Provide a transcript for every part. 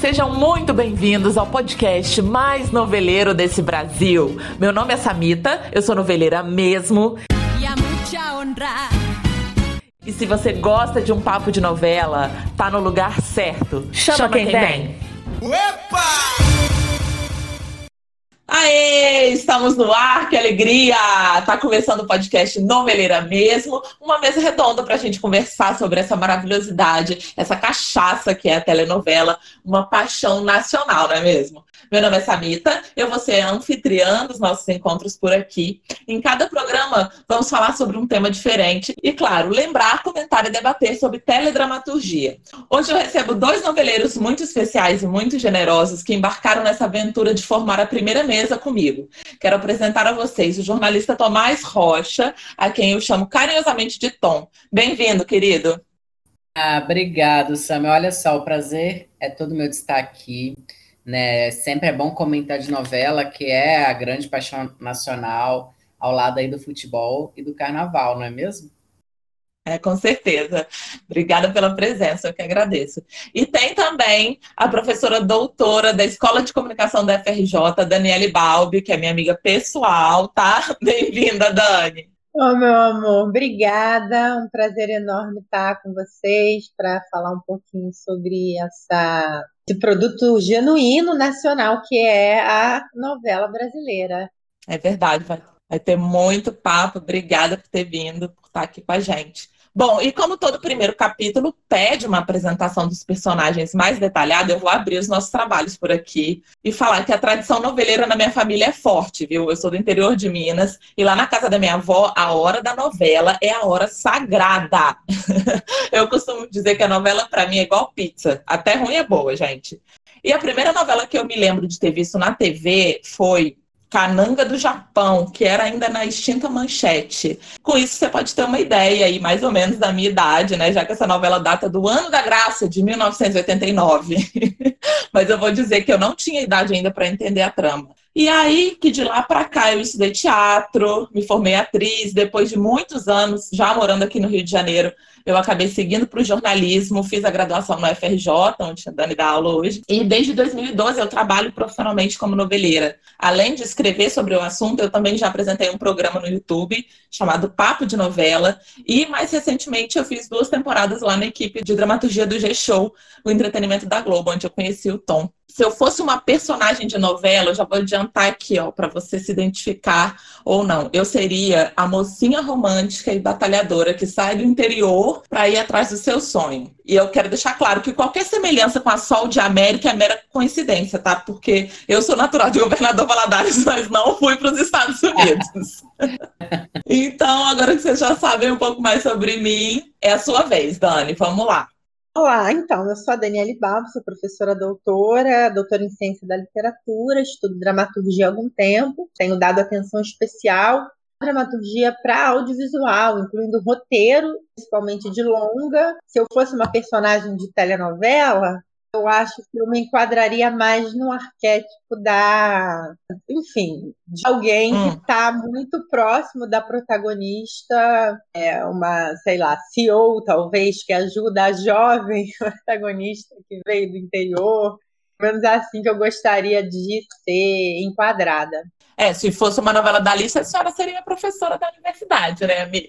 Sejam muito bem-vindos ao podcast mais noveleiro desse Brasil. Meu nome é Samita, eu sou noveleira mesmo. E se você gosta de um papo de novela, tá no lugar certo. Chama quem vem. Opa! Aê, estamos no ar, que alegria! Tá começando o podcast Noveleira Mesmo, uma mesa redonda pra gente conversar sobre essa maravilhosidade, essa cachaça que é a telenovela, uma paixão nacional, não é mesmo? Meu nome é Samita, eu vou ser anfitriã dos nossos encontros por aqui. Em cada programa vamos falar sobre um tema diferente e, claro, lembrar, comentar e debater sobre teledramaturgia. Hoje eu recebo dois noveleiros muito especiais e muito generosos que embarcaram nessa aventura de formar a primeira mesa comigo. Quero apresentar a vocês o jornalista Tomás Rocha, a quem eu chamo carinhosamente de Tom. Bem-vindo, querido. Obrigado, Sam. Olha só, o prazer é todo meu de estar aqui. Né? Sempre é bom comentar de novela, que é a grande paixão nacional, ao lado aí do futebol e do carnaval, não é mesmo? Com certeza. Obrigada pela presença, eu que agradeço. E tem também a professora doutora da Escola de Comunicação da FRJ, Daniele Balbi, que é minha amiga pessoal, tá? Bem-vinda, Dani. Oh, meu amor, obrigada. Um prazer enorme estar com vocês para falar um pouquinho sobre esse produto genuíno nacional que é a novela brasileira. É verdade, vai ter muito papo. Obrigada por ter vindo, por estar aqui com a gente. Bom, e como todo primeiro capítulo pede uma apresentação dos personagens mais detalhada, eu vou abrir os nossos trabalhos por aqui e falar que a tradição noveleira na minha família é forte, viu? Eu sou do interior de Minas e lá na casa da minha avó, a hora da novela é a hora sagrada. Eu costumo dizer que a novela para mim é igual pizza, até ruim é boa, gente. E a primeira novela que eu me lembro de ter visto na TV foi Cananga do Japão, que era ainda na extinta Manchete. Com isso, você pode ter uma ideia aí, mais ou menos, da minha idade, né? Já que essa novela data do Ano da Graça, de 1989. Mas eu vou dizer que eu não tinha idade ainda para entender a trama. E aí, que de lá para cá eu estudei teatro, me formei atriz, depois de muitos anos, já morando aqui no Rio de Janeiro, eu acabei seguindo para o jornalismo, fiz a graduação no FRJ, onde a Dani dá aula hoje, e desde 2012 eu trabalho profissionalmente como noveleira. Além de escrever sobre o assunto, eu também já apresentei um programa no YouTube chamado Papo de Novela, e mais recentemente eu fiz 2 temporadas lá na equipe de dramaturgia do G-Show, o entretenimento da Globo, onde eu conheci o Tom. Se eu fosse uma personagem de novela, eu já vou adiantar aqui, ó, para você se identificar ou não. Eu seria a mocinha romântica e batalhadora que sai do interior para ir atrás do seu sonho. E eu quero deixar claro que qualquer semelhança com a Sol de América é mera coincidência, tá? Porque eu sou natural de Governador Valadares, mas não fui para os Estados Unidos. Então, agora que vocês já sabem um pouco mais sobre mim, é a sua vez, Dani. Vamos lá. Olá, então, eu sou a Daniele Balbi, sou professora doutora em Ciência da Literatura, estudo dramaturgia há algum tempo, tenho dado atenção especial à dramaturgia para audiovisual, incluindo roteiro, principalmente de longa. Se eu fosse uma personagem de telenovela, eu acho que eu me enquadraria mais no arquétipo de alguém que está muito próximo da protagonista, uma, sei lá, CEO, talvez, que ajuda a jovem protagonista que veio do interior. Pelo menos assim que eu gostaria de ser enquadrada. Se fosse uma novela da Alice, a senhora seria professora da universidade, né, amiga?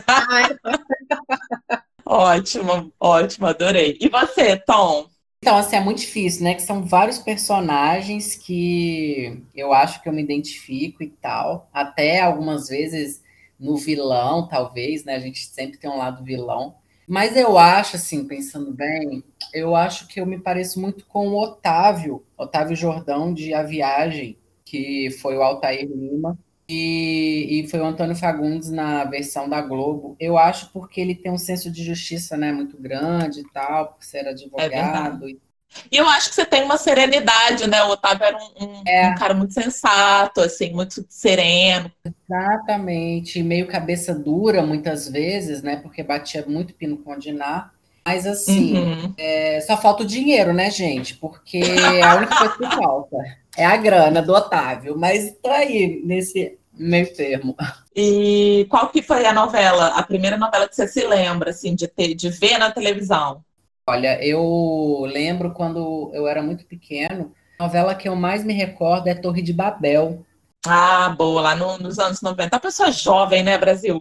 Ótimo, ótimo, adorei. E você, Tom? Então, assim, é muito difícil, né? Que são vários personagens que eu acho que eu me identifico e tal. Até algumas vezes no vilão, talvez, né? A gente sempre tem um lado vilão. Mas eu acho, assim, pensando bem, eu acho que eu me pareço muito com o Otávio Jordão, de A Viagem, que foi o Altair Lima. E foi o Antônio Fagundes na versão da Globo. Eu acho porque ele tem um senso de justiça, né, muito grande e tal, por ser advogado. E eu acho que você tem uma serenidade, né? O Otávio era um cara muito sensato, assim, muito sereno. Exatamente. Meio cabeça dura, muitas vezes, né? Porque batia muito pino com o Diná. Mas, assim, só falta o dinheiro, né, gente? Porque a única coisa que falta é a grana do Otávio. Mas tô aí, nesse meio termo. E qual que foi a primeira novela que você se lembra, assim, de ver na televisão? Olha, eu lembro quando eu era muito pequeno, a novela que eu mais me recordo é Torre de Babel. Ah, boa, lá nos anos 90. A pessoa jovem, né, Brasil?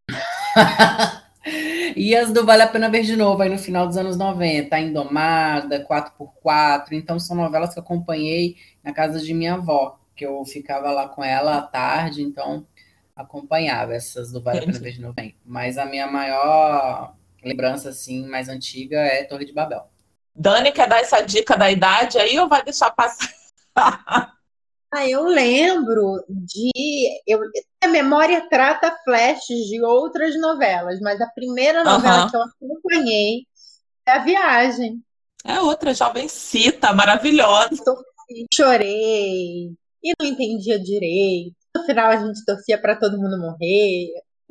E as do Vale a Pena Ver de Novo, aí no final dos anos 90, A Indomada, 4x4. Então, são novelas que eu acompanhei na casa de minha avó, que eu ficava lá com ela à tarde, então acompanhava essas do Vale a Pena Ver Entendi. de Novo. Mas a minha maior lembrança, assim, mais antiga é Torre de Babel. Dani, quer dar essa dica da idade aí ou vai deixar passar? Eu lembro de. A memória trata flashes de outras novelas, mas a primeira novela Aham. que eu acompanhei é A Viagem. É outra jovencita, maravilhosa. Chorei e não entendia direito. No final a gente torcia para todo mundo morrer.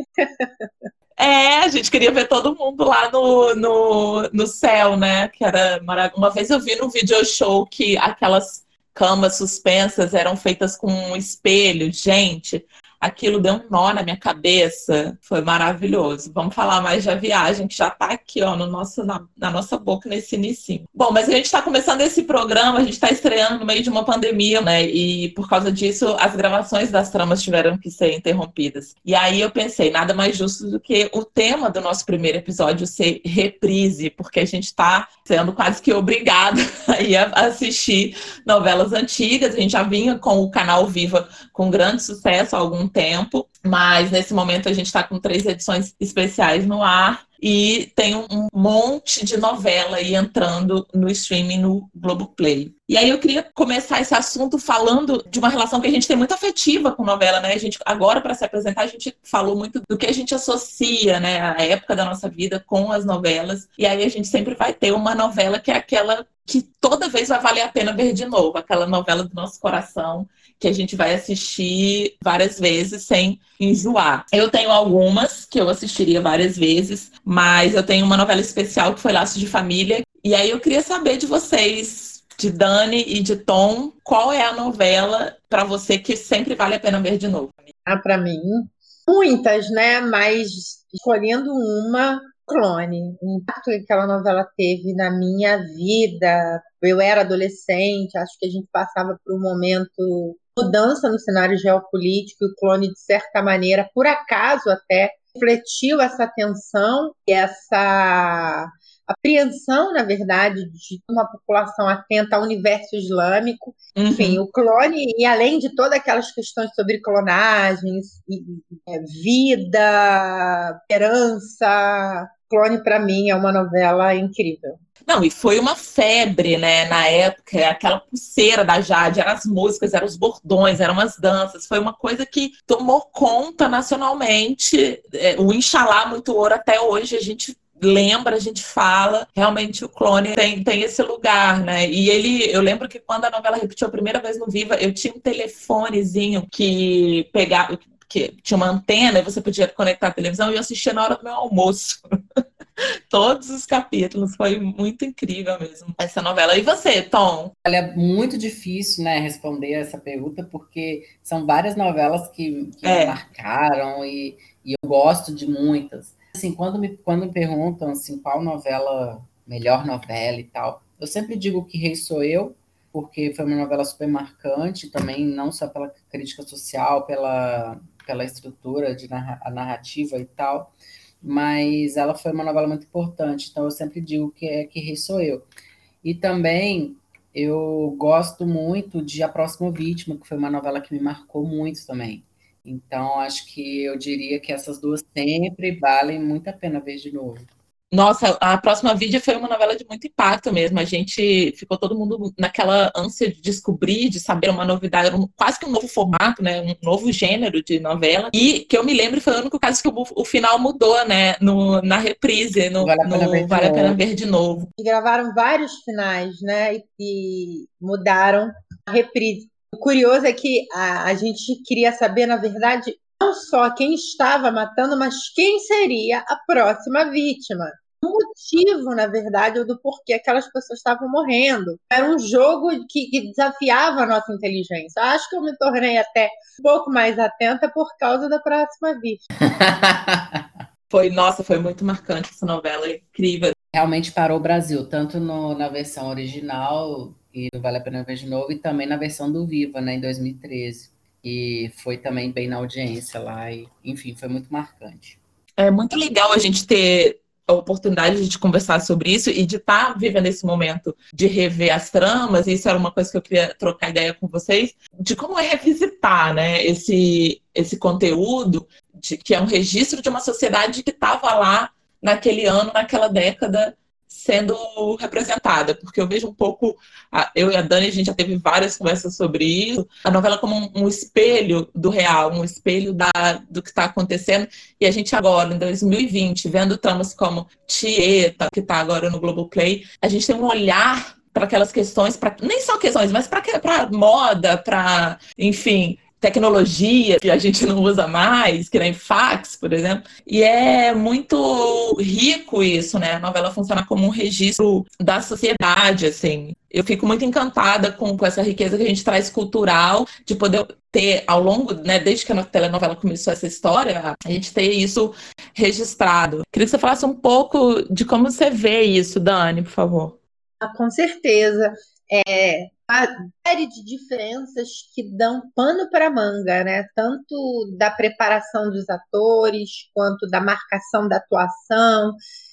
É, a gente queria ver todo mundo lá no céu, né? Que era Uma vez eu vi num video show que aquelas camas suspensas eram feitas com um espelho. Gente, aquilo deu um nó na minha cabeça. Foi maravilhoso. Vamos falar mais da viagem, que já está aqui, ó, no nosso, na nossa boca nesse inicinho. Bom, mas a gente está começando esse programa, a gente está estreando no meio de uma pandemia, né? E por causa disso, as gravações das tramas tiveram que ser interrompidas. E aí eu pensei, nada mais justo do que o tema do nosso primeiro episódio ser reprise, porque a gente está sendo quase que obrigado a ir assistir novelas antigas. A gente já vinha com o canal Viva com grande sucesso há algum tempo, mas nesse momento a gente está com 3 edições especiais no ar e tem um monte de novela aí entrando no streaming no Globoplay. E aí eu queria começar esse assunto falando de uma relação que a gente tem muito afetiva com novela, né? A gente, agora, para se apresentar, a gente falou muito do que a gente associa, né, a época da nossa vida com as novelas. E aí a gente sempre vai ter uma novela que é aquela que toda vez vai valer a pena ver de novo, aquela novela do nosso coração, que a gente vai assistir várias vezes sem enjoar. Eu tenho algumas que eu assistiria várias vezes, mas eu tenho uma novela especial que foi Laços de Família. E aí eu queria saber de vocês, de Dani e de Tom, qual é a novela para você que sempre vale a pena ver de novo? Para mim, muitas, né? Mas escolhendo uma, Clone. O impacto que aquela novela teve na minha vida. Eu era adolescente, acho que a gente passava por um momento mudança no cenário geopolítico e o Clone, de certa maneira, por acaso até, refletiu essa tensão e essa apreensão, na verdade, de uma população atenta ao universo islâmico. Enfim, o Clone, e além de todas aquelas questões sobre clonagens, vida, herança, Clone, para mim, é uma novela incrível. Não, e foi uma febre, né, na época, aquela pulseira da Jade, eram as músicas, eram os bordões, eram as danças, foi uma coisa que tomou conta nacionalmente, o Inxalá Muito Ouro até hoje a gente lembra, a gente fala, realmente o Clone tem esse lugar, né, e eu lembro que quando a novela repetiu a primeira vez no Viva, eu tinha um telefonezinho que pegava, que tinha uma antena e você podia conectar a televisão e eu assistia na hora do meu almoço. Todos os capítulos, foi muito incrível mesmo essa novela. E você, Tom? Olha, é muito difícil, né, responder essa pergunta, porque são várias novelas que me marcaram e eu gosto de muitas. Assim, quando me perguntam assim, qual novela, melhor novela e tal, eu sempre digo que Rei Sou Eu, porque foi uma novela super marcante também, não só pela crítica social, pela estrutura de a narrativa e tal, mas ela foi uma novela muito importante, então eu sempre digo que Rei Sou Eu. E também eu gosto muito de A Próxima Vítima, que foi uma novela que me marcou muito também. Então, acho que eu diria que essas duas sempre valem muito a pena ver de novo. Nossa, A Próxima Vídeo foi uma novela de muito impacto mesmo. A gente ficou todo mundo naquela ânsia de descobrir, de saber uma novidade, era quase que um novo formato, né? Um novo gênero de novela. E que eu me lembro foi o único caso que o final mudou, né? Na reprise, no Vale a Pena Ver de Novo. E gravaram vários finais, né? E mudaram a reprise. O curioso é que a gente queria saber, na verdade, não só quem estava matando, mas quem seria a próxima vítima. O motivo, na verdade, do porquê aquelas pessoas estavam morrendo. Era um jogo que desafiava a nossa inteligência. Acho que eu me tornei até um pouco mais atenta por causa da próxima vítima. Foi muito marcante essa novela, incrível. Realmente parou o Brasil, tanto na versão original, e não Vale a Pena Ver de Novo, e também na versão do Viva, né, em 2013. E foi também bem na audiência lá, e, enfim, foi muito marcante. É muito legal a gente ter a oportunidade de conversar sobre isso e de estar vivendo esse momento de rever as tramas, e isso era uma coisa que eu queria trocar ideia com vocês, de como é revisitar, né, esse conteúdo, que é um registro de uma sociedade que estava lá naquele ano, naquela década, sendo representada, porque eu vejo um pouco, eu e a Dani, a gente já teve várias conversas sobre isso, a novela como um espelho do real, um espelho do que está acontecendo, e a gente agora, em 2020, vendo tramas como Tieta, que está agora no Globoplay, a gente tem um olhar para aquelas questões, nem só questões, mas para moda, para, enfim, tecnologia que a gente não usa mais, que nem fax, por exemplo. E é muito rico isso, né? A novela funciona como um registro da sociedade, assim. Eu fico muito encantada com essa riqueza que a gente traz cultural, de poder ter ao longo, né, desde que a telenovela começou essa história, a gente ter isso registrado. Queria que você falasse um pouco de como você vê isso, Dani, por favor. Com certeza. A série de diferenças que dão pano para manga, né? Tanto da preparação dos atores, quanto da marcação da atuação,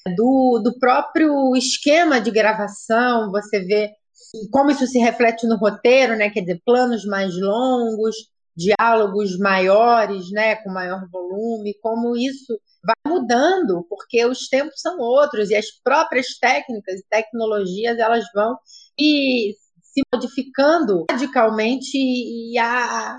do próprio esquema de gravação. Você vê como isso se reflete no roteiro, né? Quer dizer, planos mais longos, diálogos maiores, né? Com maior volume, como isso vai mudando, porque os tempos são outros e as próprias técnicas e tecnologias elas vão se modificando radicalmente, e a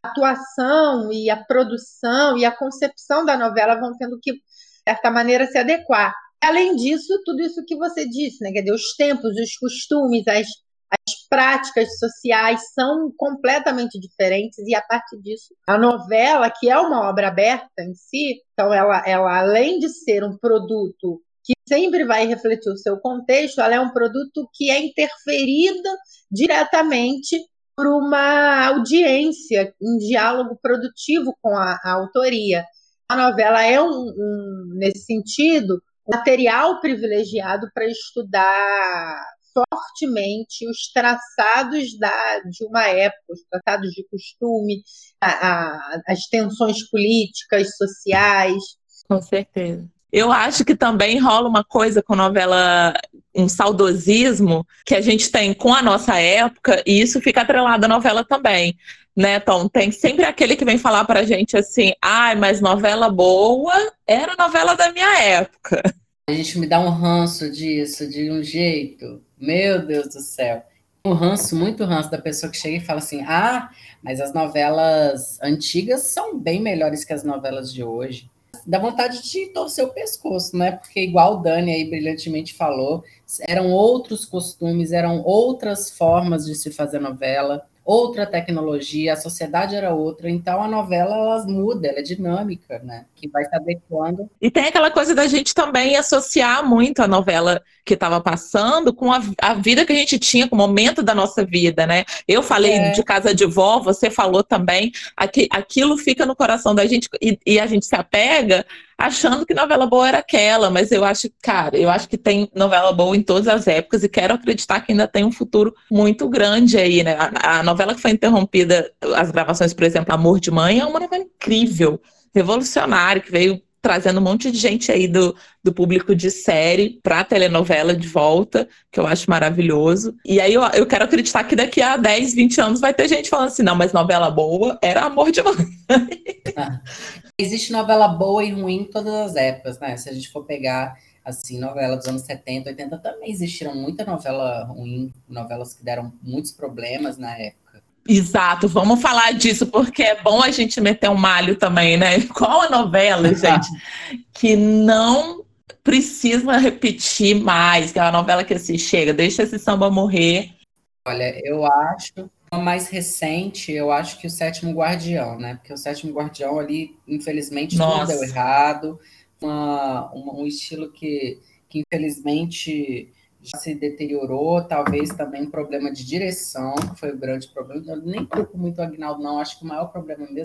atuação e a produção e a concepção da novela vão tendo que, de certa maneira, se adequar. Além disso, tudo isso que você disse, né? Quer dizer, os tempos, os costumes, as práticas sociais são completamente diferentes, e a partir disso, a novela, que é uma obra aberta em si, então ela além de ser um produto que sempre vai refletir o seu contexto, ela é um produto que é interferido diretamente por uma audiência, um diálogo produtivo com a autoria. A novela é, nesse sentido, um material privilegiado para estudar fortemente os traçados de uma época, os traçados de costume, as tensões políticas, sociais. Com certeza. Eu acho que também rola uma coisa com novela, um saudosismo que a gente tem com a nossa época, e isso fica atrelado à novela também, né, Tom? Tem sempre aquele que vem falar pra gente assim, mas novela boa era novela da minha época. A gente me dá um ranço disso, de um jeito, meu Deus do céu. Muito ranço da pessoa que chega e fala assim, mas as novelas antigas são bem melhores que as novelas de hoje. Dá vontade de torcer o pescoço, né? Porque igual o Dani aí brilhantemente falou, eram outros costumes, eram outras formas de se fazer novela, outra tecnologia, a sociedade era outra, então a novela ela muda, ela é dinâmica, né? Que vai se adequando. E tem aquela coisa da gente também associar muito a novela que estava passando com a vida que a gente tinha, com o momento da nossa vida, né? Eu falei de Casa de Vó, você falou também, aquilo fica no coração da gente e a gente se apega achando que novela boa era aquela, mas eu acho que tem novela boa em todas as épocas e quero acreditar que ainda tem um futuro muito grande aí, né? A novela que foi interrompida, as gravações, por exemplo, Amor de Mãe, é uma novela incrível, revolucionária, que veio trazendo um monte de gente aí do público de série para a telenovela de volta, que eu acho maravilhoso. E aí eu quero acreditar que daqui a 10, 20 anos vai ter gente falando assim, não, mas novela boa era Amor de Mãe. Existe novela boa e ruim em todas as épocas, né? Se a gente for pegar, assim, novela dos anos 70, 80, também existiram muita novela ruim, novelas que deram muitos problemas na época. Exato, vamos falar disso, porque é bom a gente meter um malho também, né? Qual a novela, gente, que não precisa repetir mais, que é uma novela que assim, chega, deixa esse samba morrer. Olha, eu acho, a mais recente, eu acho que o Sétimo Guardião, né? Porque o Sétimo Guardião ali, infelizmente, tudo deu errado. Um estilo que infelizmente já se deteriorou, talvez também um problema de direção, que foi o grande problema. Eu nem culpo muito o Aguinaldo, não. Acho que o maior problema mesmo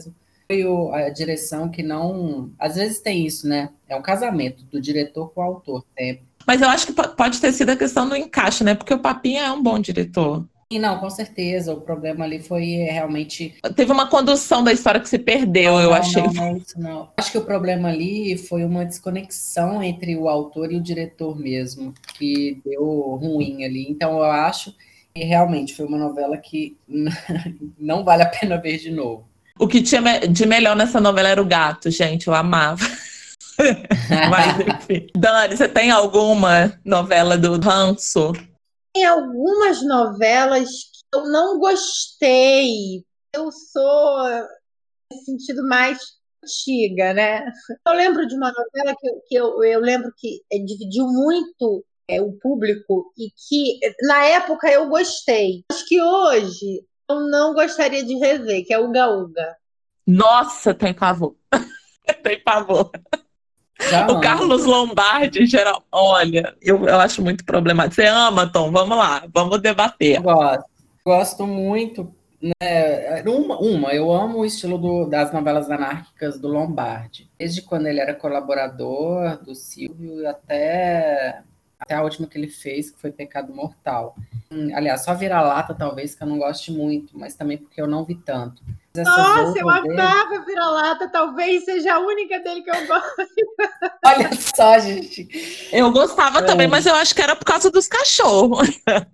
foi a direção que não... Às vezes tem isso, né? É um casamento do diretor com o autor sempre. Mas eu acho que pode ter sido a questão do encaixe, né? Porque o Papinha é um bom diretor. E não, com certeza, o problema ali foi realmente... Teve uma condução da história que se perdeu, eu achei. Não é isso, não. Acho que o problema ali foi uma desconexão entre o autor e o diretor mesmo, que deu ruim ali. Então, eu acho que realmente foi uma novela que não vale a pena ver de novo. O que tinha de melhor nessa novela era o gato, gente, eu amava. Mas, enfim. Dani, você tem alguma novela do ranço? Tem algumas novelas que eu não gostei. Eu sou, nesse sentido, mais antiga, né? Eu lembro de uma novela que eu lembro que dividiu muito o público e que, na época, eu gostei. Acho que hoje eu não gostaria de rever, que é o Uga Uga. Nossa, tem pavor. Tem pavor. O Carlos Lombardi, geral, olha, eu acho muito problemático. Você ama, Tom? Vamos lá, vamos debater. Gosto muito, né? Eu amo o estilo das novelas anárquicas do Lombardi. Desde quando ele era colaborador do Silvio até a última que ele fez, que foi Pecado Mortal. Aliás, só Vira-Lata, talvez, que eu não goste muito, mas também porque eu não vi tanto. Nossa, eu amava Vira-Lata, talvez seja a única dele que eu gosto. Olha só, gente. Eu gostava também, mas eu acho que era por causa dos cachorros.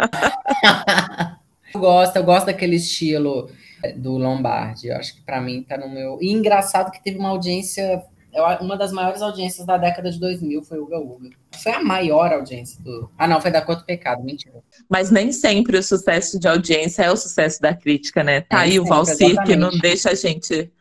Eu gosto daquele estilo do Lombardi. Eu acho que pra mim tá no meu... E engraçado que teve uma audiência... Uma das maiores audiências da década de 2000 foi o Uga Uga. Foi a maior audiência do... Ah, não, foi da Cor do Pecado, mentira. Mas nem sempre o sucesso de audiência é o sucesso da crítica, né? Tá aí o Valcir, que não deixa a gente...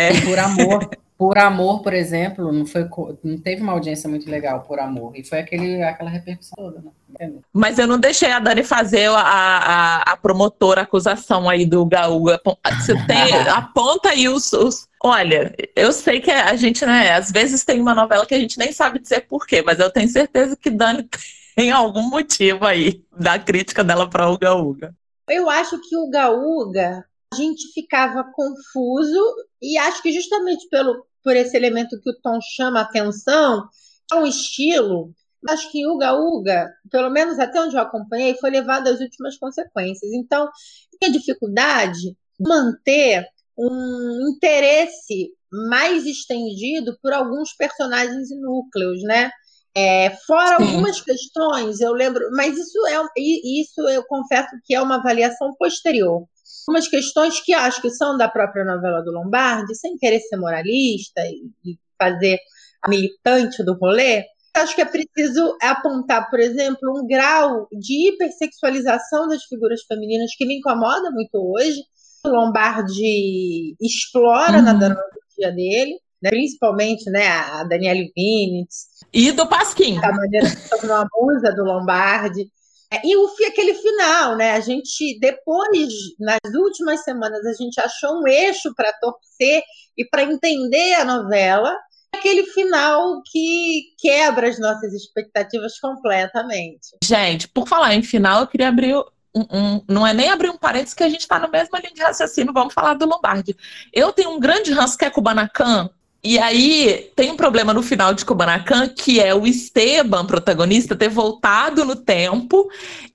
Por Amor, por exemplo, não teve uma audiência muito legal, Por Amor. E foi aquela repercussão toda, né? Mas eu não deixei a Dani fazer a promotora acusação aí do Uga Uga. Você aponta aí os... Olha, eu sei que a gente, né, às vezes tem uma novela que a gente nem sabe dizer por quê, mas eu tenho certeza que Dani tem algum motivo aí da crítica dela para Uga Uga. Eu acho que o Uga Uga, a gente ficava confuso e acho que justamente por esse elemento que o Tom chama a atenção, é um estilo, acho que Uga Uga, pelo menos até onde eu acompanhei, foi levado às últimas consequências. Então, tinha dificuldade de manter um interesse mais estendido por alguns personagens e núcleos, né? Fora algumas questões, eu lembro, mas isso eu confesso que é uma avaliação posterior. Algumas questões que acho que são da própria novela do Lombardi, sem querer ser moralista e fazer a militante do rolê, acho que é preciso apontar, por exemplo, um grau de hipersexualização das figuras femininas que me incomoda muito hoje. O Lombardi explora na dramaturgia dele, né? Principalmente, né, a Daniele Vinitz. E do Pasquim. A maneira que se tornou a musa do Lombardi. E aquele final, né? A gente, depois, nas últimas semanas, a gente achou um eixo para torcer e para entender a novela. Aquele final que quebra as nossas expectativas completamente. Gente, por falar em final, eu queria abrir... não é nem abrir um parênteses, que a gente está na mesma linha de raciocínio, vamos falar do Lombardi. Eu tenho um grande ranço que é Kubanacan, e aí tem um problema no final de Kubanacan, que é o Esteban, protagonista, ter voltado no tempo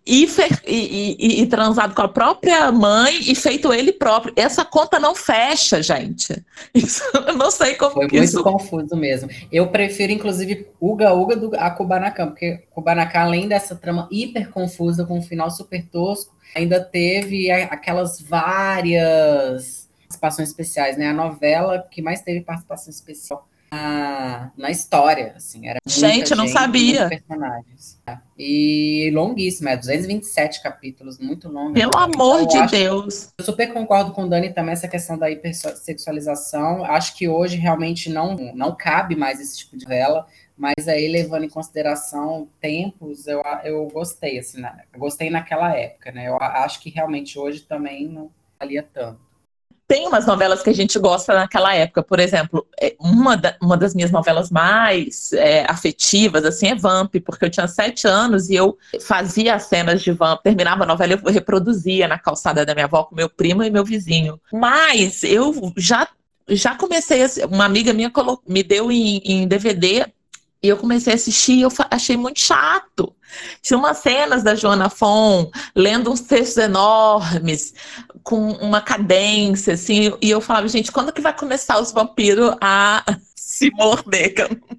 e transado com a própria mãe e feito ele próprio. Essa conta não fecha, gente. Isso, eu não sei como foi que muito confuso mesmo. Eu prefiro, inclusive, Uga Uga a Kubanacan, porque Kubanacan, além dessa trama hiper confusa, com um final super tosco, ainda teve aquelas várias participações especiais, né? A novela que mais teve participação especial na história, assim. Era gente, eu não sabia. Personagens. E longuíssima, 227 capítulos, muito longa. Pelo amor de Deus. Eu super concordo com o Dani também, essa questão da hipersexualização. Acho que hoje realmente não cabe mais esse tipo de novela, mas aí, levando em consideração tempos, eu gostei, assim, eu gostei naquela época, né? Eu acho que realmente hoje também não valia tanto. Tem umas novelas que a gente gosta naquela época, por exemplo, uma das minhas novelas mais afetivas, assim, é Vamp, porque eu tinha 7 anos e eu fazia as cenas de Vamp, terminava a novela, eu reproduzia na calçada da minha avó com meu primo e meu vizinho. Mas eu já já comecei, uma amiga minha me deu em DVD, e eu comecei a assistir e eu achei muito chato. Tinha umas cenas da Joana Fon lendo uns textos enormes, com uma cadência, assim, e eu falava, gente, quando que vai começar os vampiros a se morder?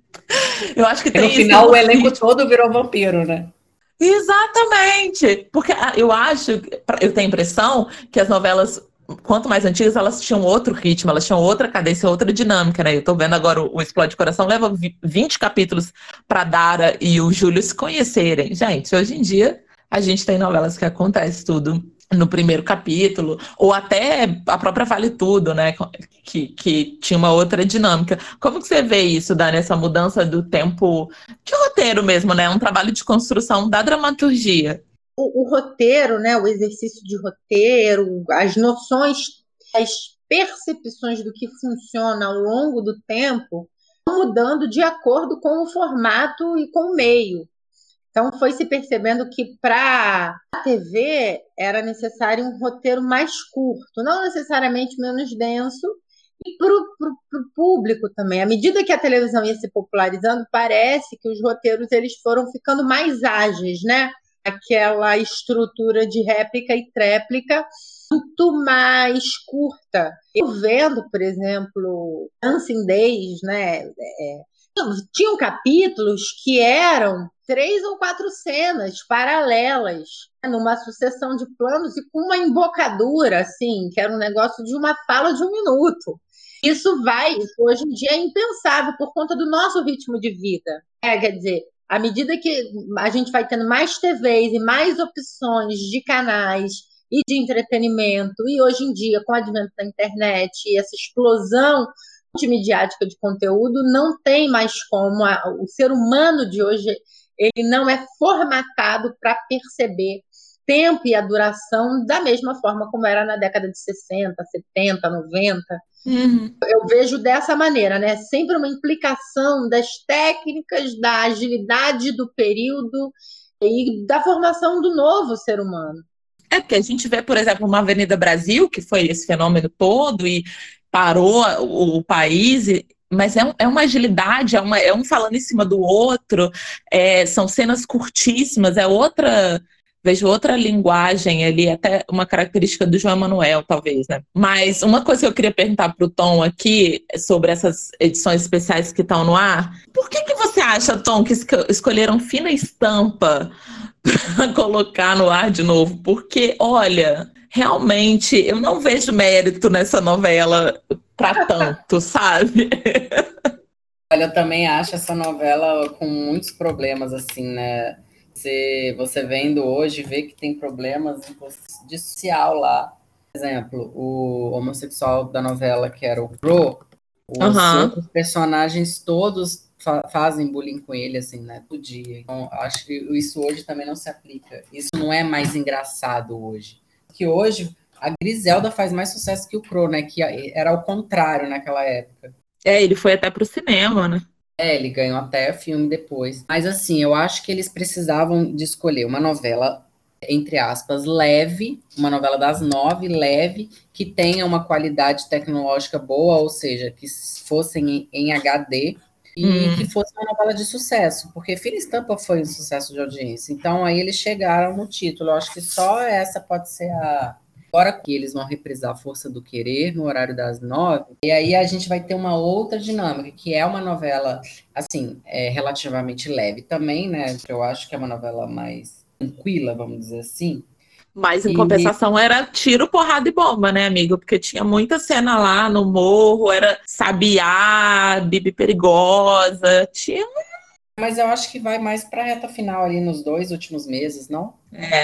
Eu acho que tem no isso. Final o elenco todo virou vampiro, né? Exatamente! Porque eu tenho a impressão que as novelas, quanto mais antigas, elas tinham outro ritmo, elas tinham outra cadência, outra dinâmica, né? Eu tô vendo agora o Explode Coração, leva 20 capítulos pra Dara e o Júlio se conhecerem. Gente, hoje em dia, a gente tem novelas que acontece tudo no primeiro capítulo, ou até a própria Vale Tudo, né? Que tinha uma outra dinâmica. Como que você vê isso, Dani, essa mudança do tempo de roteiro mesmo, né? Um trabalho de construção da dramaturgia. O roteiro, né, o exercício de roteiro, as noções, as percepções do que funciona ao longo do tempo vão mudando de acordo com o formato e com o meio. Então, foi se percebendo que para a TV era necessário um roteiro mais curto, não necessariamente menos denso, e para o público também. À medida que a televisão ia se popularizando, parece que os roteiros eles foram ficando mais ágeis, né? Aquela estrutura de réplica e tréplica muito mais curta. Eu vendo, por exemplo, Dancing Days, né? Tinham capítulos que eram 3 ou 4 cenas paralelas, numa sucessão de planos e com uma embocadura, assim, que era um negócio de uma fala de 1 minuto. Isso hoje em dia é impensável por conta do nosso ritmo de vida. Quer dizer, à medida que a gente vai tendo mais TVs e mais opções de canais e de entretenimento, e hoje em dia, com o advento da internet e essa explosão multimediática de conteúdo, não tem mais como. O ser humano de hoje ele não é formatado para perceber tempo e a duração da mesma forma como era na década de 60, 70, 90. Uhum. Eu vejo dessa maneira, né? Sempre uma implicação das técnicas, da agilidade do período e da formação do novo ser humano. É porque a gente vê, por exemplo, uma Avenida Brasil, que foi esse fenômeno todo e parou o país, mas é uma agilidade, é um falando em cima do outro, são cenas curtíssimas, vejo outra linguagem ali, até uma característica do João Emanuel, talvez, né? Mas uma coisa que eu queria perguntar para o Tom aqui, sobre essas edições especiais que estão no ar, por que você acha, Tom, que escolheram Fina Estampa para colocar no ar de novo? Porque, olha, realmente, eu não vejo mérito nessa novela para tanto, sabe? Olha, eu também acho essa novela com muitos problemas, assim, né? Você vendo hoje, vê que tem problemas de social lá. Por exemplo, o homossexual da novela, que era o Pro, os outros personagens todos fazem bullying com ele, assim, né? Todo dia. Então, acho que isso hoje também não se aplica. Isso não é mais engraçado hoje. Porque hoje a Griselda faz mais sucesso que o Pro, né? Que era ao contrário naquela época. Ele foi até pro cinema, né? Ele ganhou até filme depois. Mas, assim, eu acho que eles precisavam de escolher uma novela, entre aspas, leve, uma novela das 9, leve, que tenha uma qualidade tecnológica boa, ou seja, que fossem em HD e que fosse uma novela de sucesso, porque Fina Estampa foi um sucesso de audiência. Então, aí eles chegaram no título. Eu acho que só essa pode ser a... Agora que eles vão reprisar a Força do Querer no horário das 9, e aí a gente vai ter uma outra dinâmica, que é uma novela, assim, relativamente leve também, né? Eu acho que é uma novela mais tranquila, vamos dizer assim. Mas, em compensação, era tiro, porrada e bomba, né, amigo? Porque tinha muita cena lá no morro, era Sabiá, Bibi Perigosa, tinha... Mas eu acho que vai mais pra reta final ali nos 2 últimos meses, não?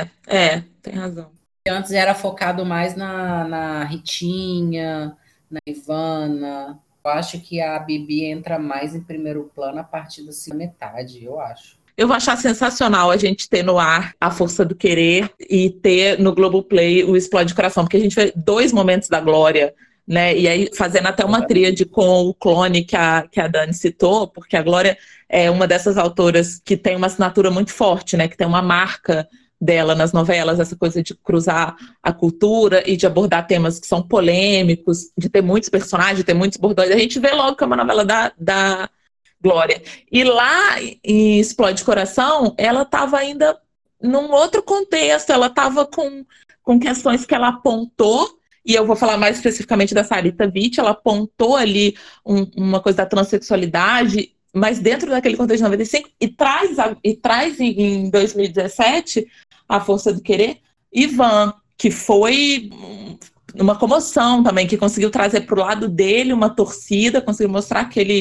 Tem razão. Antes era focado mais na Ritinha, na Ivana. Eu acho que a Bibi entra mais em primeiro plano a partir da segunda metade, eu acho. Eu vou achar sensacional a gente ter no ar A Força do Querer e ter no Globoplay o Explode Coração, porque a gente vê 2 momentos da Glória, né? E aí fazendo até uma tríade com o Clone que a Dani citou, porque a Glória é uma dessas autoras que tem uma assinatura muito forte, né? Que tem uma marca dela nas novelas, essa coisa de cruzar a cultura e de abordar temas que são polêmicos, de ter muitos personagens, de ter muitos bordões. A gente vê logo que é uma novela da Glória. E lá em Explode Coração, ela estava ainda num outro contexto, ela estava com questões que ela apontou, e eu vou falar mais especificamente da Sarita Witt, ela apontou ali uma coisa da transexualidade, mas dentro daquele contexto de 95, e traz em 2017 A Força do Querer, Ivan, que foi uma comoção também, que conseguiu trazer para o lado dele uma torcida, conseguiu mostrar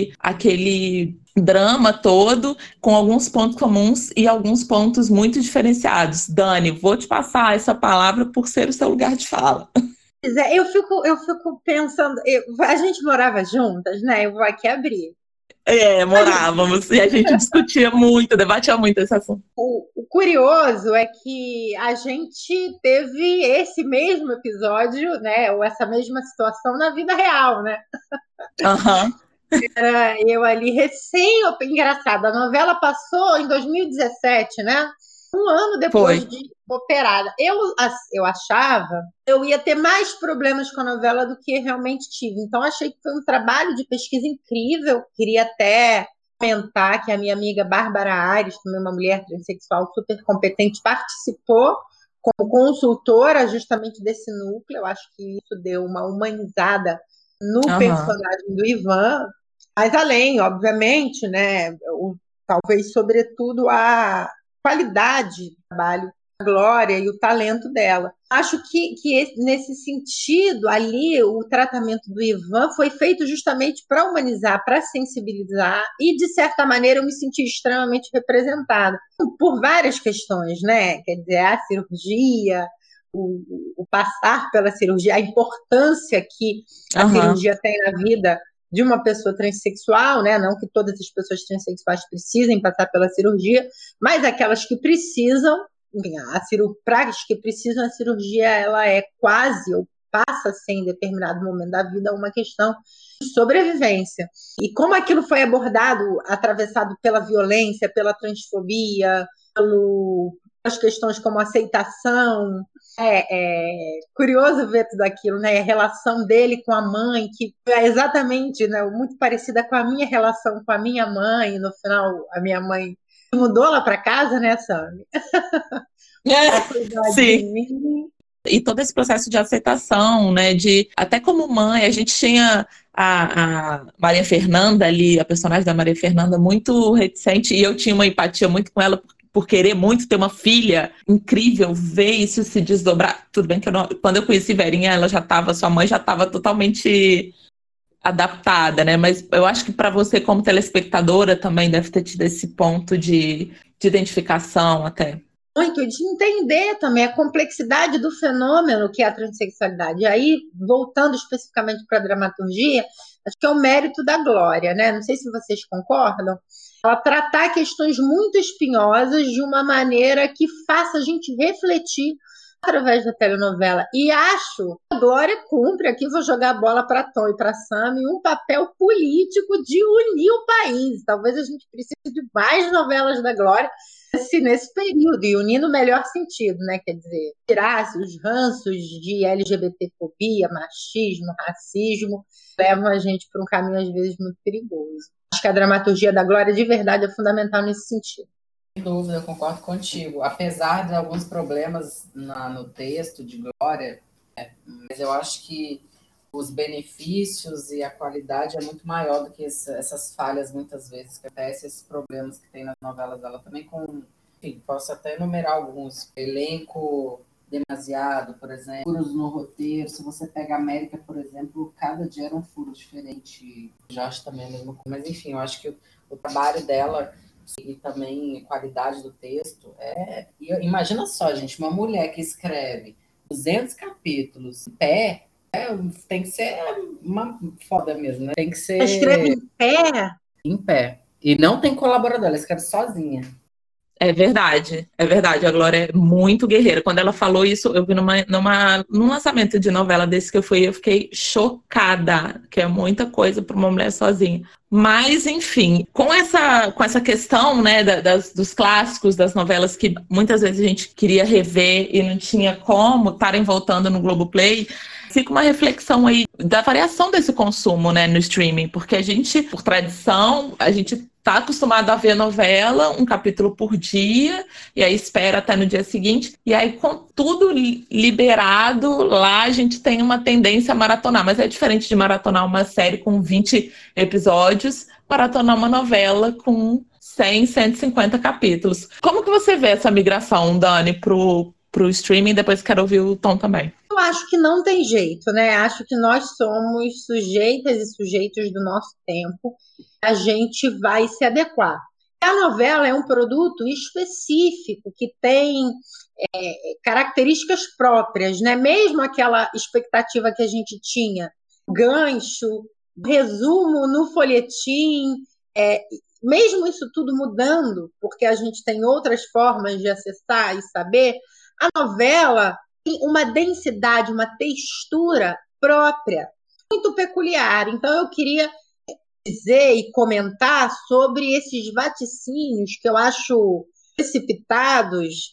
aquele drama todo, com alguns pontos comuns e alguns pontos muito diferenciados. Dani, vou te passar essa palavra por ser o seu lugar de fala. Eu fico pensando, a gente morava juntas, né? Eu vou aqui abrir. Morávamos, e a gente discutia muito, debatia muito esse assunto. O curioso é que a gente teve esse mesmo episódio, né? Ou essa mesma situação na vida real, né? Aham. Era eu ali engraçado, a novela passou em 2017, né? Um ano depois de operada. Eu achava que eu ia ter mais problemas com a novela do que realmente tive. Então, achei que foi um trabalho de pesquisa incrível. Queria até comentar que a minha amiga Bárbara Aires, também uma mulher transexual super competente, participou como consultora justamente desse núcleo. Eu acho que isso deu uma humanizada no personagem do Ivan. Mas além, obviamente, né, talvez sobretudo a qualidade do trabalho da Glória e o talento dela. Acho que nesse sentido, ali, o tratamento do Ivan foi feito justamente para humanizar, para sensibilizar, e, de certa maneira, eu me senti extremamente representada por várias questões, né? Quer dizer, a cirurgia, o passar pela cirurgia, a importância que a cirurgia tem na vida de uma pessoa transexual, né? Não que todas as pessoas transexuais precisem passar pela cirurgia, mas aquelas que precisam, para as que precisam, a cirurgia ela é quase, ou passa a ser em determinado momento da vida, uma questão de sobrevivência. E como aquilo foi abordado, atravessado pela violência, pela transfobia, pelas questões como aceitação. É curioso ver tudo aquilo, né? A relação dele com a mãe, que é exatamente, né, muito parecida com a minha relação com a minha mãe. No final, a minha mãe mudou lá para casa, né, Sami? Sim. E todo esse processo de aceitação, né? Até como mãe, a gente tinha a Maria Fernanda ali, a personagem da Maria Fernanda, muito reticente, e eu tinha uma empatia muito com ela, por querer muito ter uma filha incrível, ver isso se desdobrar. Tudo bem que quando eu conheci Verinha, sua mãe já estava totalmente adaptada, né? Mas eu acho que para você, como telespectadora, também deve ter tido esse ponto de identificação até. Muito, de entender também a complexidade do fenômeno que é a transexualidade. E aí, voltando especificamente para a dramaturgia, acho que é o mérito da Glória, né? Não sei se vocês concordam. Ela tratar questões muito espinhosas de uma maneira que faça a gente refletir através da telenovela. E acho que a Glória cumpre, aqui vou jogar a bola para Tom e para Sami, um papel político de unir o país. Talvez a gente precise de mais novelas da Glória nesse período, e unir no melhor sentido, né? Quer dizer, tirar os ranços de LGBTfobia, machismo, racismo, levam a gente para um caminho, às vezes, muito perigoso. Acho que a dramaturgia da Glória, de verdade, é fundamental nesse sentido. Sem dúvida, eu concordo contigo. Apesar de alguns problemas no texto de Glória, mas eu acho que os benefícios e a qualidade é muito maior do que essas falhas, muitas vezes, que acontecem, esses problemas que tem nas novelas dela também. Enfim, posso até enumerar alguns. Elenco demasiado, por exemplo. Furos no roteiro. Se você pega a América, por exemplo, cada dia era um furo diferente. Jorge também é a mesma coisa. Mas, enfim, eu acho que o trabalho dela e também a qualidade do texto imagina só, gente, uma mulher que escreve 200 capítulos em pé, tem que ser uma foda mesmo, né? Tem que ser... Escreve em pé? Em pé. E não tem colaborador, ela escreve sozinha. É verdade, é verdade. A Glória é muito guerreira. Quando ela falou isso, eu vi num lançamento de novela desse que eu fiquei chocada, que é muita coisa para uma mulher sozinha. Mas, enfim, com essa questão, né, dos clássicos, das novelas que muitas vezes a gente queria rever e não tinha como estarem voltando no Globoplay, fica uma reflexão aí da variação desse consumo, né, no streaming, porque a gente, por tradição, a gente tá acostumado a ver novela, um capítulo por dia, e aí espera até no dia seguinte, e aí com tudo liberado, lá a gente tem uma tendência a maratonar, mas é diferente de maratonar uma série com 20 episódios, maratonar uma novela com 100, 150 capítulos. Como que você vê essa migração, Dani, pro streaming? Depois quero ouvir o Tom também. Eu acho que não tem jeito, né? Acho que nós somos sujeitas e sujeitos do nosso tempo. A gente vai se adequar. A novela é um produto específico que tem características próprias, né? Mesmo aquela expectativa que a gente tinha, gancho, resumo no folhetim, mesmo isso tudo mudando, porque a gente tem outras formas de acessar e saber, a novela tem uma densidade, uma textura própria, muito peculiar. Então, eu queria dizer e comentar sobre esses vaticínios que eu acho precipitados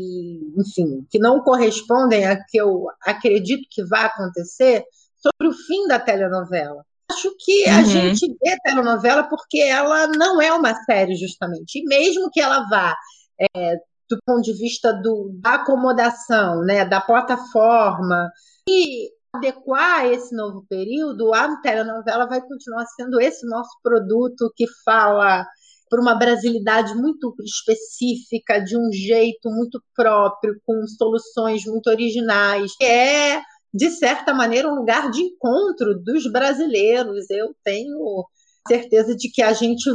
enfim, que não correspondem a que eu acredito que vai acontecer sobre o fim da telenovela. Acho que a gente vê telenovela porque ela não é uma série, justamente. E mesmo que ela vá do ponto de vista da acomodação, né, da plataforma, e adequar esse novo período, a telenovela vai continuar sendo esse nosso produto que fala por uma brasilidade muito específica, de um jeito muito próprio, com soluções muito originais, que é, de certa maneira, um lugar de encontro dos brasileiros. Eu tenho certeza de que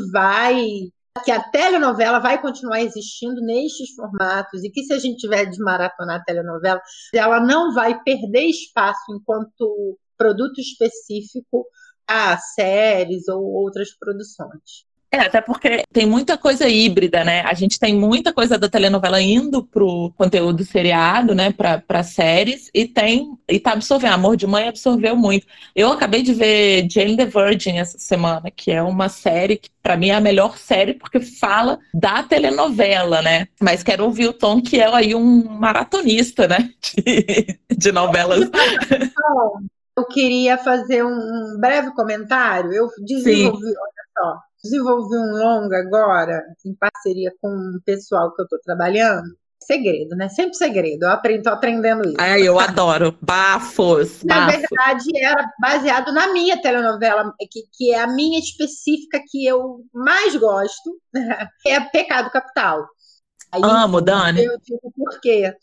que a telenovela vai continuar existindo nestes formatos e que, se a gente tiver de maratonar a telenovela, ela não vai perder espaço enquanto produto específico a séries ou outras produções. Até porque tem muita coisa híbrida, né? A gente tem muita coisa da telenovela indo pro conteúdo seriado, né? Pra séries, e tá absorvendo. Amor de Mãe absorveu muito. Eu acabei de ver Jane the Virgin essa semana, que é uma série que, pra mim, é a melhor série, porque fala da telenovela, né? Mas quero ouvir o Tom, que é aí um maratonista, né? De novelas. Eu queria fazer um breve comentário. Eu desenvolvi, olha só, desenvolvi um longa agora, em parceria com o pessoal que eu estou trabalhando. Segredo, né? Sempre segredo. Eu tô aprendendo isso. Ai, eu adoro. Bafos. Na verdade, era baseado na minha telenovela, que é a minha específica, que eu mais gosto, é Pecado Capital. Aí, amo, Dani. Eu digo por quê.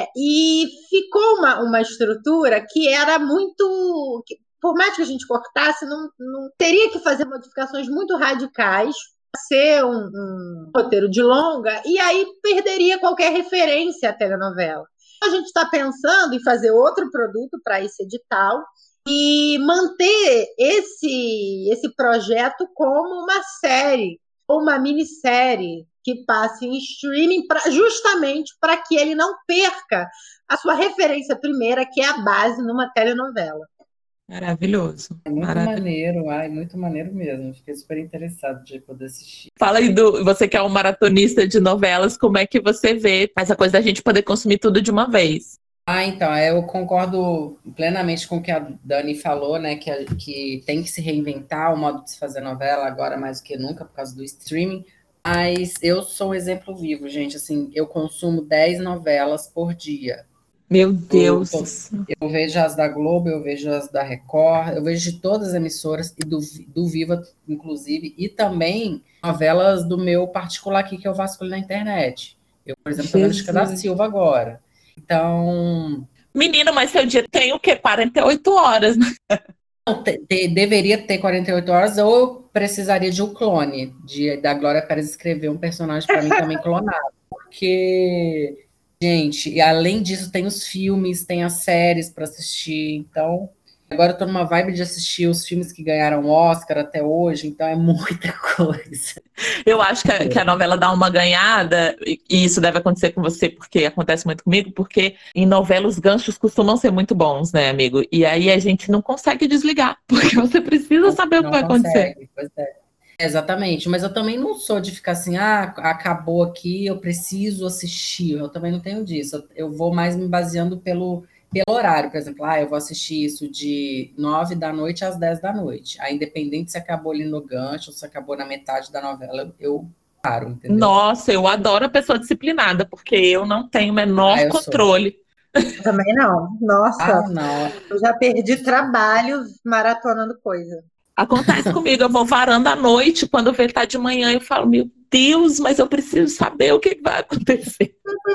E ficou uma estrutura que era muito... Por mais que a gente cortasse, não teria que fazer modificações muito radicais para ser um roteiro de longa, e aí perderia qualquer referência à telenovela. A gente está pensando em fazer outro produto para esse edital e manter esse projeto como uma série ou uma minissérie que passe em streaming justamente para que ele não perca a sua referência primeira, que é a base numa telenovela. Maravilhoso. É muito maneiro, muito maneiro mesmo. Fiquei super interessado de poder assistir. Fala aí, você que é um maratonista de novelas, como é que você vê essa coisa da gente poder consumir tudo de uma vez? Então, eu concordo plenamente com o que a Dani falou, né, que tem que se reinventar o modo de se fazer novela agora mais do que nunca por causa do streaming, mas eu sou um exemplo vivo, gente, assim, eu consumo 10 novelas por dia. Meu Deus! Eu vejo as da Globo, eu vejo as da Record, eu vejo de todas as emissoras, e do Viva, inclusive, e também novelas do meu particular aqui, que eu vasculho na internet. Eu, por exemplo, estou vendo Chica da Silva agora. Então... Menino, mas seu dia tem o quê? 48 horas, né? Não, deveria ter 48 horas, ou eu precisaria de um clone, da Glória Pérez escrever um personagem para mim também clonado. Porque, gente, e além disso, tem os filmes, tem as séries para assistir. Então, Agora eu tô numa vibe de assistir os filmes que ganharam Oscar até hoje, então é muita coisa. Eu acho que a novela dá uma ganhada, e isso deve acontecer com você, porque acontece muito comigo, porque em novela os ganchos costumam ser muito bons, né, amigo? E aí a gente não consegue desligar, porque você precisa saber o que vai acontecer. Pois é. Exatamente, mas eu também não sou de ficar assim, acabou aqui, eu preciso assistir. Eu também não tenho disso. Eu vou mais me baseando pelo horário, por exemplo, eu vou assistir isso de 9 da noite às 10 da noite. Aí, independente se acabou ali no gancho ou se acabou na metade da novela, eu paro, entendeu? Nossa, eu adoro a pessoa disciplinada, porque eu não tenho o menor controle. Eu também não. Nossa, não. Eu já perdi trabalho maratonando coisa. Acontece comigo, eu vou varando à noite, quando vê tá de manhã, eu falo, meu Deus, mas eu preciso saber o que vai acontecer.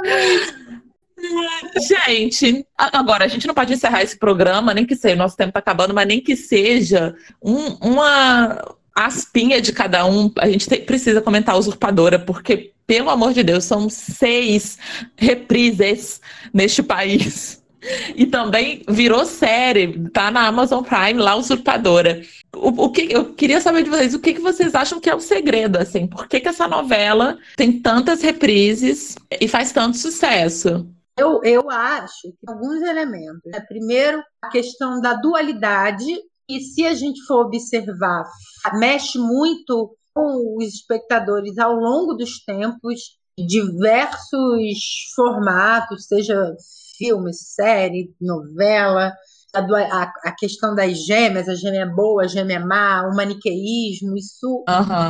Gente, agora a gente não pode encerrar esse programa, nem que seja, o nosso tempo tá acabando, mas nem que seja uma aspinha de cada um. A gente precisa comentar Usurpadora, porque, pelo amor de Deus, são 6 reprises neste país. E também virou série, tá na Amazon Prime, lá Usurpadora. Eu queria saber de vocês, o que vocês acham que é o segredo, assim? Por que essa novela tem tantas reprises e faz tanto sucesso? Eu acho que alguns elementos. Primeiro, a questão da dualidade, e se a gente for observar, mexe muito com os espectadores ao longo dos tempos, diversos formatos, seja filme, série, novela, a questão das gêmeas, a gêmea boa, a gêmea má, o maniqueísmo, isso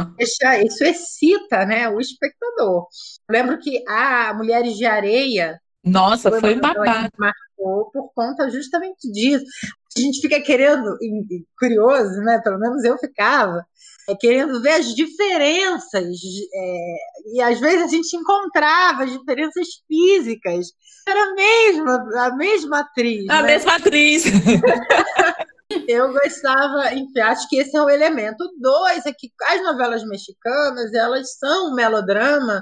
excita, né, o espectador. Eu lembro que a Mulheres de Areia, nossa, foi babado. Marcou por conta justamente disso. A gente fica querendo, curioso, né? Pelo menos eu ficava, querendo ver as diferenças. E às vezes a gente encontrava as diferenças físicas. Era a mesma atriz. A mesma atriz. Eu gostava, enfim, acho que esse é o elemento. 2 é que as novelas mexicanas, elas são um melodrama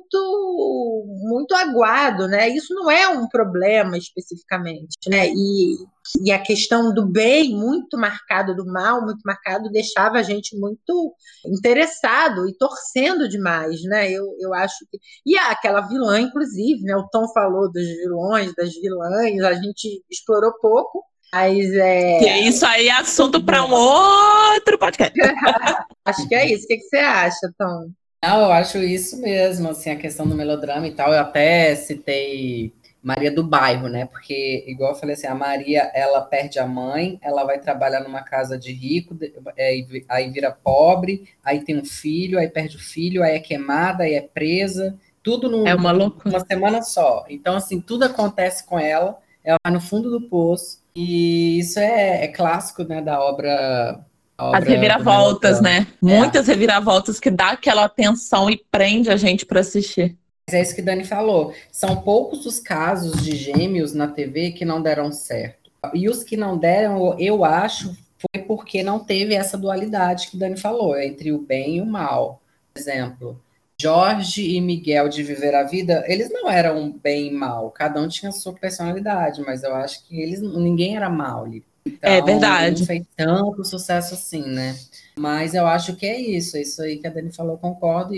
muito aguado, né? Isso não é um problema especificamente, né? E a questão do bem muito marcado, do mal muito marcado, deixava a gente muito interessado e torcendo demais, né? Eu acho que... E aquela vilã, inclusive, né? O Tom falou dos vilões, das vilãs, a gente explorou pouco, mas isso aí é assunto para um outro podcast. Acho que é isso. O que você acha, Tom? Não, eu acho isso mesmo, assim, a questão do melodrama e tal. Eu até citei Maria do Bairro, né? Porque, igual eu falei assim, a Maria, ela perde a mãe, ela vai trabalhar numa casa de rico, aí vira pobre, aí tem um filho, aí perde o filho, aí é queimada, aí é presa, tudo numa semana só. Então, assim, tudo acontece com ela vai no fundo do poço, e isso é clássico, né, da obra... As reviravoltas, né? Muitas reviravoltas que dá aquela atenção e prende a gente para assistir. Mas é isso que Dani falou. São poucos os casos de gêmeos na TV que não deram certo. E os que não deram, eu acho, foi porque não teve essa dualidade que Dani falou, entre o bem e o mal. Por exemplo, Jorge e Miguel de Viver a Vida, eles não eram bem e mal. Cada um tinha a sua personalidade, mas eu acho que ninguém era mal ali. Então, é verdade. Não fez tanto sucesso assim, né? Mas eu acho que é isso aí que a Dani falou, concordo.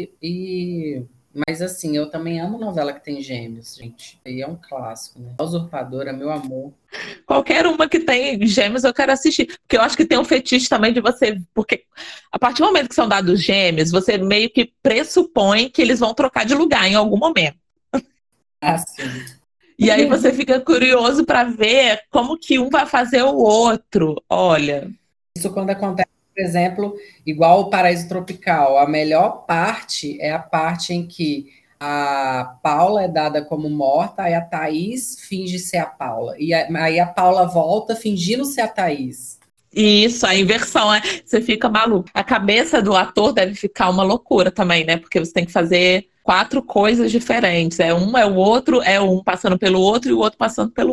Mas assim, eu também amo novela que tem gêmeos, gente. E é um clássico, né? Usurpadora, meu amor. Qualquer uma que tem gêmeos eu quero assistir. Porque eu acho que tem um fetiche também de você... Porque a partir do momento que são dados gêmeos, você meio que pressupõe que eles vão trocar de lugar em algum momento. Sim. E aí você fica curioso para ver como que um vai fazer o outro. Olha. Isso quando acontece, por exemplo, igual o Paraíso Tropical. A melhor parte é a parte em que a Paula é dada como morta, aí a Thaís finge ser a Paula. E aí a Paula volta fingindo ser a Thaís. Isso, a inversão, né? Você fica maluco. A cabeça do ator deve ficar uma loucura também, né? Porque você tem que fazer 4 coisas diferentes. É o outro, é um passando pelo outro e o outro passando pelo um.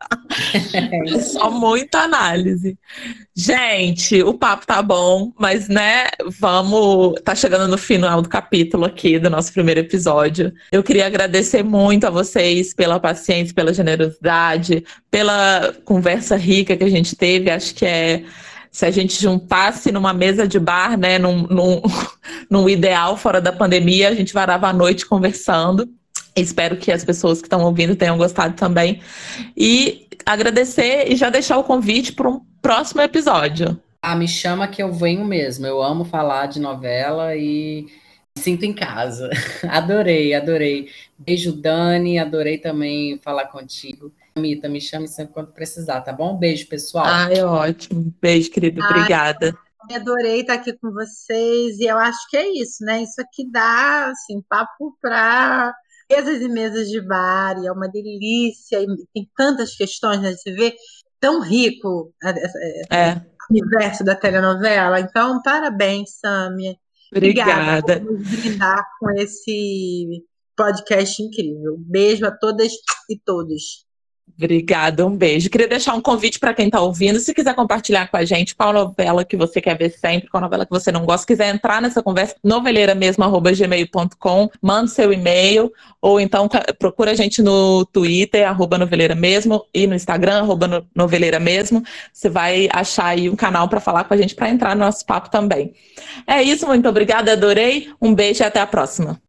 É só muita análise. Gente, o papo tá bom, mas, né, tá chegando no final do capítulo aqui do nosso primeiro episódio. Eu queria agradecer muito a vocês pela paciência, pela generosidade, pela conversa rica que a gente teve. Acho que se a gente juntasse numa mesa de bar, né, num ideal fora da pandemia, a gente varava a noite conversando. Espero que as pessoas que estão ouvindo tenham gostado também. E agradecer e já deixar o convite para um próximo episódio. Me chama que eu venho mesmo. Eu amo falar de novela e me sinto em casa. Adorei. Beijo, Dani. Adorei também falar contigo. Mita, me chame sempre quando precisar, tá bom? Beijo, pessoal. É ótimo. Beijo, querido. Obrigada. Adorei estar aqui com vocês. E eu acho que é isso, né? Isso aqui dá, assim, papo para mesas e mesas de bar. E é uma delícia. E tem tantas questões, né? Você vê tão rico o universo da telenovela. Então, parabéns, Sâmia. Obrigada por nos brindar com esse podcast incrível. Beijo a todas e todos. Obrigada, um beijo. Queria deixar um convite para quem está ouvindo. Se quiser compartilhar com a gente qual novela que você quer ver sempre, qual novela que você não gosta, quiser entrar nessa conversa, noveleira.mesmo@gmail.com, manda seu e-mail, ou então procura a gente no Twitter, @noveleira_mesmo, e no Instagram, @noveleira_mesmo. Você vai achar aí um canal para falar com a gente, para entrar no nosso papo também. É isso, muito obrigada, adorei. Um beijo e até a próxima.